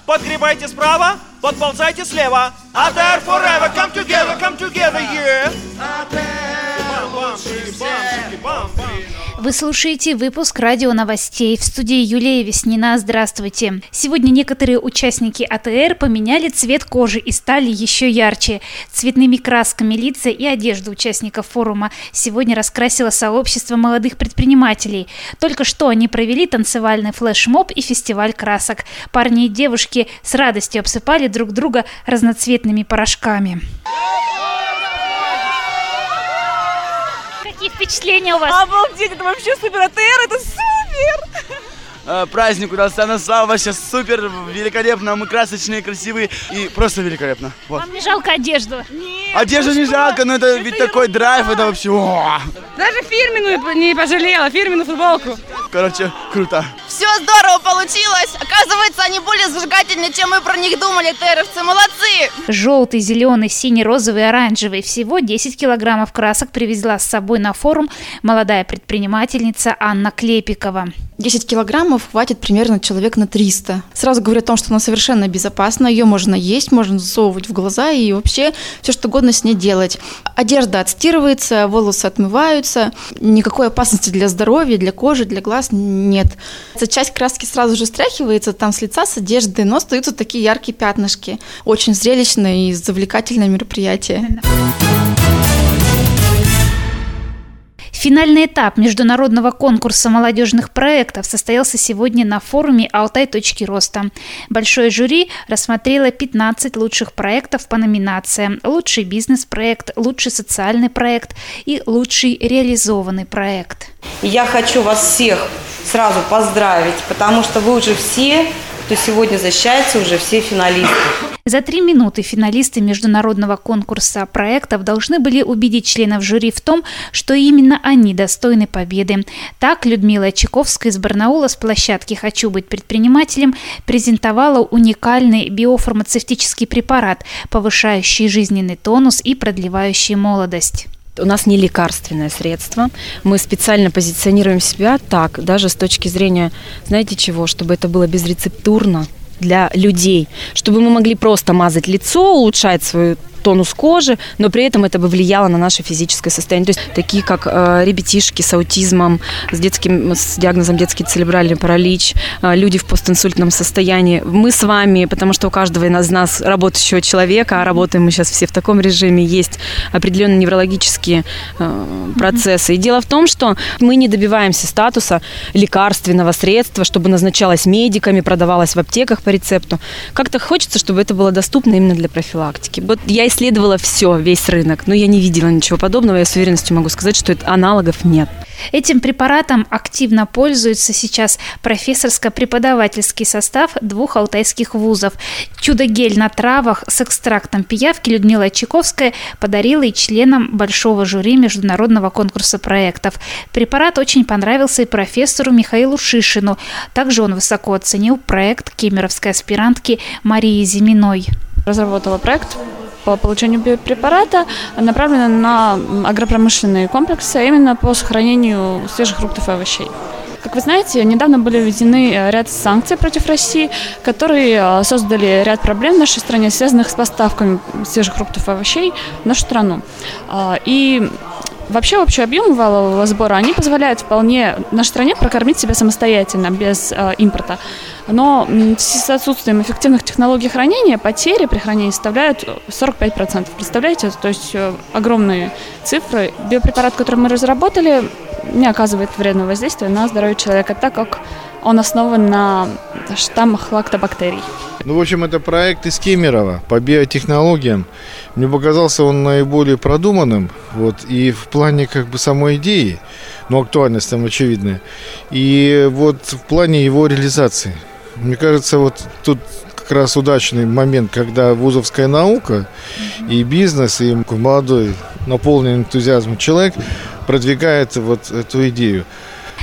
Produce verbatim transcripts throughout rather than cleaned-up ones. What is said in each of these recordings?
подгребайте справа, подползайте слева. А ТР forever, come together, come together, yeah. Вы слушаете выпуск радио новостей. В студии Юлия Веснина. Здравствуйте. Сегодня некоторые участники АТР поменяли цвет кожи и стали еще ярче. Цветными красками лица и одежду участников форума сегодня раскрасило сообщество молодых предпринимателей. Только что они провели танцевальный флешмоб и фестиваль красок. Парни и девушки с радостью обсыпали друг друга разноцветными порошками. Какие впечатления у вас? Обалдеть, это вообще супер, АТР, это супер! Праздник удался на славу, вообще супер, великолепно, мы красочные, красивые и просто великолепно. Вот. Вам не жалко одежду? Нет. Одежду не жалко, но это, это ведь такой я... драйв, это вообще... О! Даже фирменную не пожалела, фирменную футболку. Короче, круто. Все здорово получилось. Оказывается, они более зажигательны, чем мы про них думали, ТРовцы, молодцы. Желтый, зеленый, синий, розовый, оранжевый. Всего десять килограммов красок привезла с собой на форум молодая предпринимательница Анна Клепикова. десять килограммов хватит примерно человек на триста. Сразу говорю о том, что она совершенно безопасна, ее можно есть, можно засовывать в глаза и вообще все что угодно с ней делать. Одежда отстирывается, волосы отмываются, никакой опасности для здоровья, для кожи, для глаз нет. Часть краски сразу же стряхивается там с лица, с одежды, но остаются такие яркие пятнышки. Очень зрелищное и завлекательное мероприятие. Финальный этап международного конкурса молодежных проектов состоялся сегодня на форуме «Алтай. Точки роста». Большое жюри рассмотрело пятнадцать лучших проектов по номинациям: лучший бизнес-проект, лучший социальный проект и лучший реализованный проект. Я хочу вас всех сразу поздравить, потому что вы уже все, кто сегодня защищается, уже все финалисты. За три минуты финалисты международного конкурса проектов должны были убедить членов жюри в том, что именно они достойны победы. Так Людмила Чайковская из Барнаула с площадки «Хочу быть предпринимателем» презентовала уникальный биофармацевтический препарат, повышающий жизненный тонус и продлевающий молодость. У нас не лекарственное средство. Мы специально позиционируем себя так, даже с точки зрения, знаете чего, чтобы это было безрецептурно для людей, чтобы мы могли просто мазать лицо, улучшать свою тонус кожи, но при этом это бы влияло на наше физическое состояние. То есть такие, как э, ребятишки с аутизмом, с, детским, с диагнозом детский церебральный паралич, э, люди в постинсультном состоянии. Мы с вами, потому что у каждого из нас работающего человека, а работаем мы сейчас все в таком режиме, есть определенные неврологические э, процессы. И дело в том, что мы не добиваемся статуса лекарственного средства, чтобы назначалось медиками, продавалось в аптеках по рецепту. Как-то хочется, чтобы это было доступно именно для профилактики. Вот я исследовала все, весь рынок, но я не видела ничего подобного. Я с уверенностью могу сказать, что аналогов нет. Этим препаратом активно пользуется сейчас профессорско-преподавательский состав двух алтайских вузов. Чудо-гель на травах с экстрактом пиявки Людмила Чайковская подарила и членам большого жюри международного конкурса проектов. Препарат очень понравился и профессору Михаилу Шишину. Также он высоко оценил проект кемеровской аспирантки Марии Зиминой. Разработала проект по получению биопрепарата, направленный на агропромышленные комплексы, а именно по сохранению свежих фруктов и овощей. Как вы знаете, недавно были введены ряд санкций против России, которые создали ряд проблем в нашей стране, связанных с поставками свежих фруктов и овощей в нашу страну. И вообще общий объем валового сбора они позволяют вполне нашей стране прокормить себя самостоятельно, без э, импорта. Но в связи с отсутствием эффективных технологий хранения, потери при хранении составляют сорок пять процентов. Представляете? То есть э, огромные цифры. Биопрепарат, который мы разработали, не оказывает вредного воздействия на здоровье человека, так как он основан на штаммах лактобактерий. Ну, в общем, это проект из Кемерово по биотехнологиям. Мне показался он наиболее продуманным, вот, и в плане как бы самой идеи, но актуальность там очевидная, и вот в плане его реализации. Мне кажется, вот тут как раз удачный момент, когда вузовская наука и бизнес, и молодой, наполненный энтузиазмом человек продвигает вот эту идею.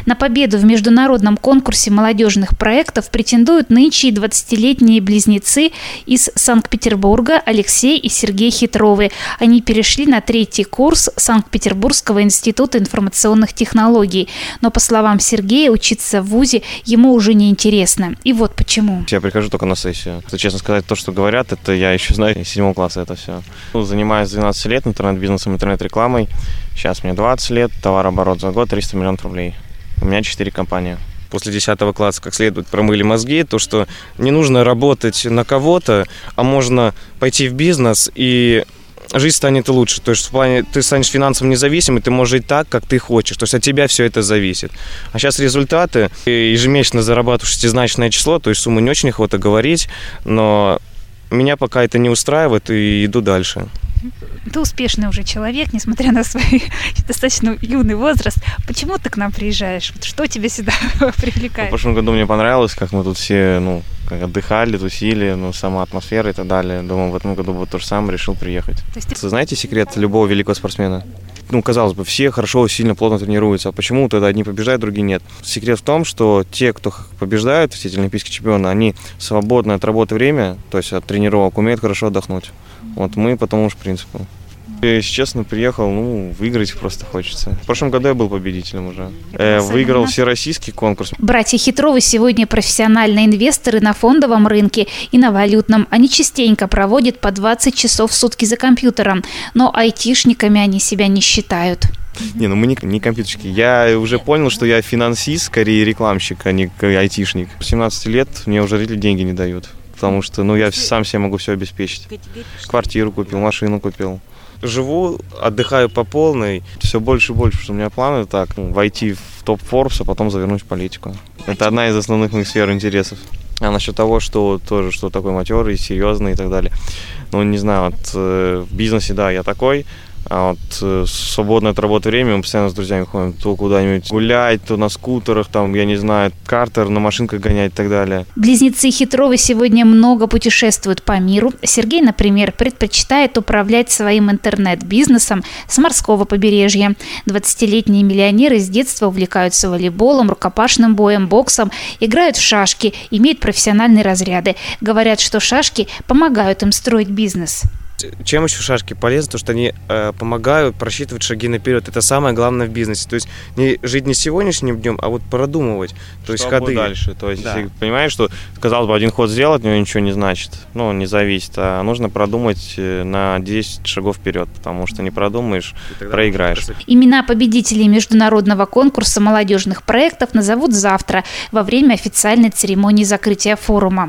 На победу в международном конкурсе молодежных проектов претендуют нынче двадцатилетние близнецы из Санкт-Петербурга Алексей и Сергей Хитровы. Они перешли на третий курс Санкт-Петербургского института информационных технологий. Но, по словам Сергея, учиться в вузе ему уже не интересно. И вот почему. Я прихожу только на сессию. Честно сказать, то, что говорят, это я еще знаю из седьмого класса это все. Занимаюсь двенадцать лет интернет-бизнесом, интернет-рекламой. Сейчас мне двадцать лет, товарооборот за год триста миллионов рублей. У меня четыре компании. После десятого класса как следует промыли мозги, то, что не нужно работать на кого-то, а можно пойти в бизнес и жизнь станет лучше. То есть в плане ты станешь финансово независимым, ты можешь жить так, как ты хочешь. То есть от тебя все это зависит. А сейчас результаты. Ежемесячно зарабатываю шестизначное число, то есть сумму не очень охота говорить, но меня пока это не устраивает, и иду дальше. Ты успешный уже человек, несмотря на свой достаточно юный возраст. Почему ты к нам приезжаешь? Что тебя сюда привлекает? В прошлом году мне понравилось, как мы тут все, ну, как отдыхали, тусили, ну, сама атмосфера и так далее. Думаю, в этом году вот то же самое, решил приехать. То есть ты... Знаете секрет любого великого спортсмена? Ну, казалось бы, все хорошо, сильно, плотно тренируются. А почему тогда одни побеждают, другие нет? Секрет в том, что те, кто побеждают, все эти олимпийские чемпионы, они свободное от работы время, то есть от тренировок, умеют хорошо отдохнуть. Вот мы по тому же принципу. Я, если честно, приехал, ну, выиграть просто хочется. В прошлом году я был победителем уже. Э, выиграл всероссийский конкурс. Братья Хитровы сегодня профессиональные инвесторы на фондовом рынке и на валютном. Они частенько проводят по двадцать часов в сутки за компьютером, но айтишниками они себя не считают. Не, ну мы не, не компьютерщики. Я уже понял, что я финансист, скорее рекламщик, а не айтишник. С семнадцати лет мне уже родители деньги не дают. Потому что, ну, я сам себе могу все обеспечить. Квартиру купил, машину купил. Живу, отдыхаю по полной, все больше и больше, потому что у меня планы так, ну, войти в топ Forbes, а потом завернуть в политику. Это одна из основных моих сфер интересов. А насчет того, что тоже, что такой матерый, серьезный и так далее. Ну, не знаю, вот, э, в бизнесе, да, я такой. А вот э, свободное от работы время мы постоянно с друзьями ходим то куда-нибудь гулять, то на скутерах, там, я не знаю, картер, на машинках гонять и так далее. Близнецы Хитровы сегодня много путешествуют по миру. Сергей, например, предпочитает управлять своим интернет-бизнесом с морского побережья. двадцатилетние миллионеры с детства увлекаются волейболом, рукопашным боем, боксом, играют в шашки, имеют профессиональные разряды. Говорят, что шашки помогают им строить бизнес. Чем еще шашки полезны? То, что они э, помогают просчитывать шаги наперед. Это самое главное в бизнесе. То есть не жить не сегодняшним днем, а вот продумывать. То есть ходы дальше. То есть, да. Если понимаешь, что, казалось бы, один ход сделать, но ничего не значит. Ну, не зависит. А нужно продумать на десять шагов вперед, потому что не продумаешь, проиграешь. Имена победителей международного конкурса молодежных проектов назовут завтра во время официальной церемонии закрытия форума.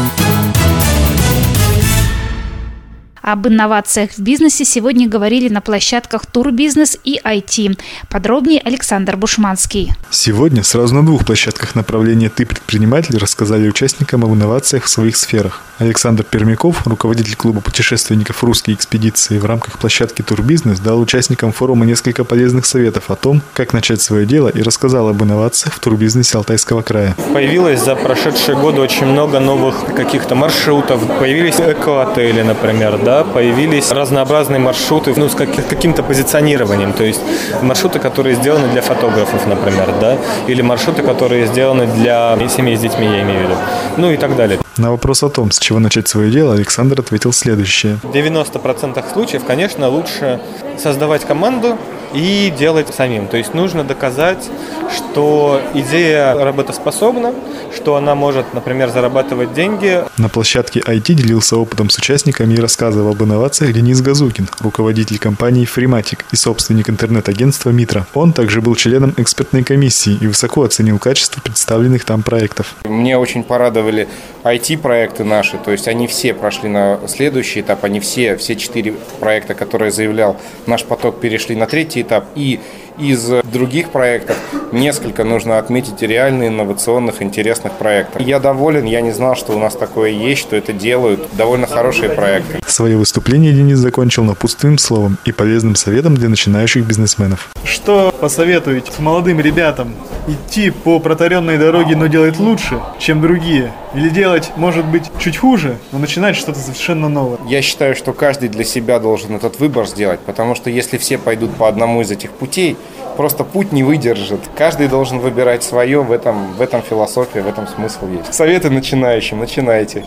Об инновациях в бизнесе сегодня говорили на площадках Турбизнес и ай ти. Подробнее Александр Бушманский. Сегодня сразу на двух площадках направления «Ты предприниматель» рассказали участникам об инновациях в своих сферах. Александр Пермяков, руководитель клуба путешественников «Русские экспедиции», в рамках площадки «Турбизнес» дал участникам форума несколько полезных советов о том, как начать свое дело, и рассказал об инновациях в турбизнесе Алтайского края. Появилось за прошедшие годы очень много новых каких-то маршрутов. Появились эко-отели, например, да, появились разнообразные маршруты, ну, с каким-то позиционированием, то есть маршруты, которые сделаны для фотографов, например, да, или маршруты, которые сделаны для семей с детьми, я имею в виду, ну и так далее. На вопрос о том, с чего начать свое дело, Александр ответил следующее. В девяноста процентах случаев, конечно, лучше создавать команду и делать самим. То есть нужно доказать, что идея работоспособна, что она может, например, зарабатывать деньги. На площадке ай ти делился опытом с участниками и рассказывал об инновациях Денис Газукин, руководитель компании «Фриматик» и собственник интернет-агентства «Митра». Он также был членом экспертной комиссии и высоко оценил качество представленных там проектов. Мне очень порадовали ай ти-проекты наши, то есть они все прошли на следующий этап, они все, все четыре проекта, которые заявлял наш поток, перешли на третий этап, и из других проектов несколько нужно отметить реально инновационных, интересных проектов. Я доволен, я не знал, что у нас такое есть, что это делают. Довольно хорошие проекты. Свое выступление Денис закончил напутственным словом и полезным советом для начинающих бизнесменов. Что посоветуете молодым ребятам? Идти по протаренной дороге, но делать лучше, чем другие? или делать, может быть, чуть хуже, но начинать что-то совершенно новое. Я считаю, что каждый для себя должен этот выбор сделать, потому что если все пойдут по одному из этих путей, просто путь не выдержит. Каждый должен выбирать свое, в этом, в этом философия, в этом смысл есть. Советы начинающим: начинайте.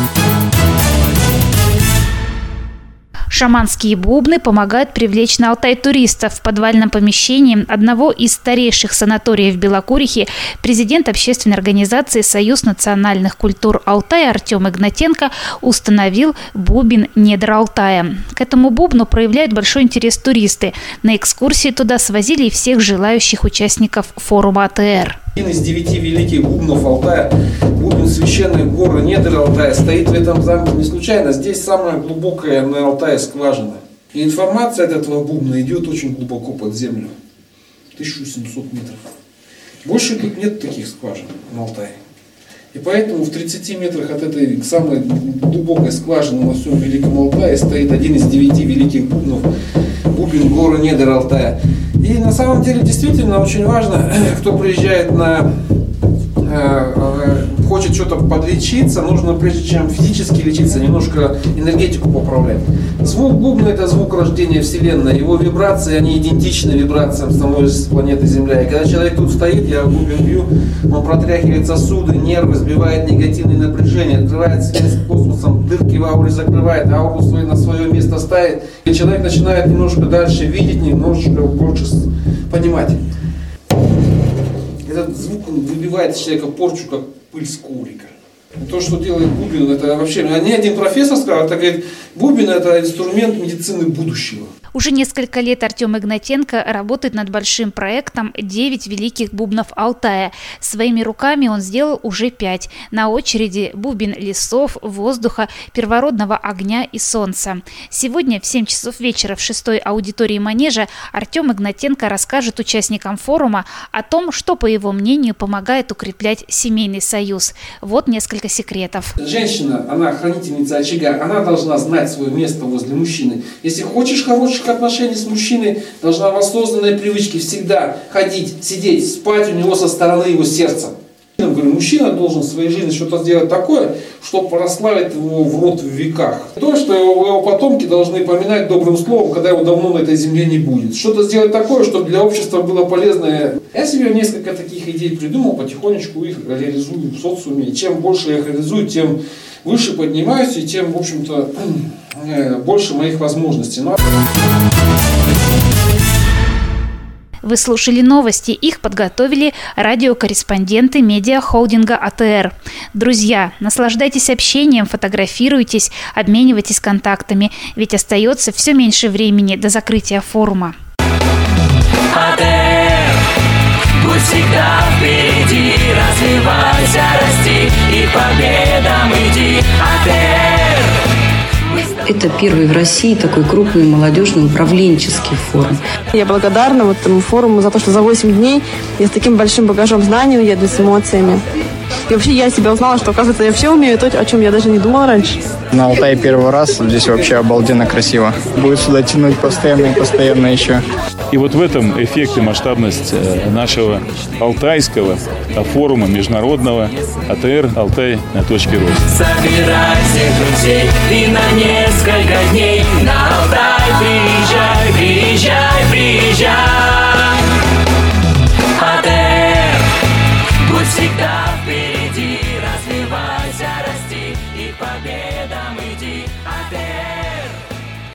Шаманские бубны помогают привлечь на Алтай туристов. В подвальном помещении одного из старейших санаториев Белокурихи президент общественной организации «Союз национальных культур Алтая» Артем Игнатенко установил бубен недр Алтая. К этому бубну проявляют большой интерес туристы. На экскурсии туда свозили и всех желающих участников форума АТР. Один из девяти великих бубнов Алтая, бубен священной горы недр Алтая, стоит в этом замке не случайно. Здесь самая глубокая на Алтае скважина. И информация от этого бубна идет очень глубоко под землю. тысяча семьсот метров. Больше тут нет таких скважин на Алтае. И поэтому в тридцати метрах от этой самой глубокой скважины на всем Великом Алтае стоит один из девяти великих бубнов, бубен горы недр Алтая. И на самом деле действительно очень важно, кто приезжает на, э, э, хочет что-то подлечиться, нужно прежде чем физически лечиться, немножко энергетику поправлять. Звук бубна — это звук рождения Вселенной, его вибрации, они идентичны вибрациям самой планеты Земля. И когда человек тут стоит, я бубен бью, он протряхивает сосуды, нервы, сбивает негативное напряжение, открывает связь с космосом, дырки в ауре закрывает, ауру свою на свое место ставит. И человек начинает немножко дальше видеть, немножко больше понимать. Этот звук он выбивает из человека порчу, как пыль с коврика. То, что делает бубен, это вообще... Ни один профессор сказал, это говорит, бубен — это инструмент медицины будущего. Уже несколько лет Артем Игнатенко работает над большим проектом «Девять великих бубнов Алтая». Своими руками он сделал уже пять. На очереди бубен лесов, воздуха, первородного огня и солнца. Сегодня в семь часов вечера в шестой аудитории Манежа Артем Игнатенко расскажет участникам форума о том, что, по его мнению, помогает укреплять семейный союз. Вот несколько секретов. Женщина, она хранительница очага, она должна знать свое место возле мужчины. Если хочешь хороших отношений с мужчиной, должна в осознанной привычке всегда ходить, сидеть, спать у него со стороны его сердца. Я говорю, мужчина должен в своей жизни что-то сделать такое, что прославит его в род в веках. То, что его, его потомки должны поминать добрым словом, когда его давно на этой земле не будет. Что-то сделать такое, чтобы для общества было полезное. Я себе несколько таких идей придумал, потихонечку их реализую в социуме. И чем больше я их реализую, тем выше поднимаюсь, и тем, в общем-то, больше моих возможностей. Вы слушали новости. Их подготовили радиокорреспонденты медиахолдинга АТР. Друзья, наслаждайтесь общением, фотографируйтесь, обменивайтесь контактами, ведь остается все меньше времени до закрытия форума. АТР, будь всегда впереди, развивайся, расти и победам иди. АТР. Это первый в России такой крупный молодежный управленческий форум. Я благодарна вот этому форуму за то, что за восемь дней я с таким большим багажом знаний уеду, с эмоциями. И вообще я себя узнала, что, оказывается, я все умею, то, о чем я даже не думала раньше. На Алтае первый раз, здесь вообще обалденно красиво. Будет сюда тянуть постоянно и постоянно еще. И вот в этом эффект и масштабность нашего алтайского форума международного АТР «Алтай на точке роста». Собирай всех друзей и на несколько дней на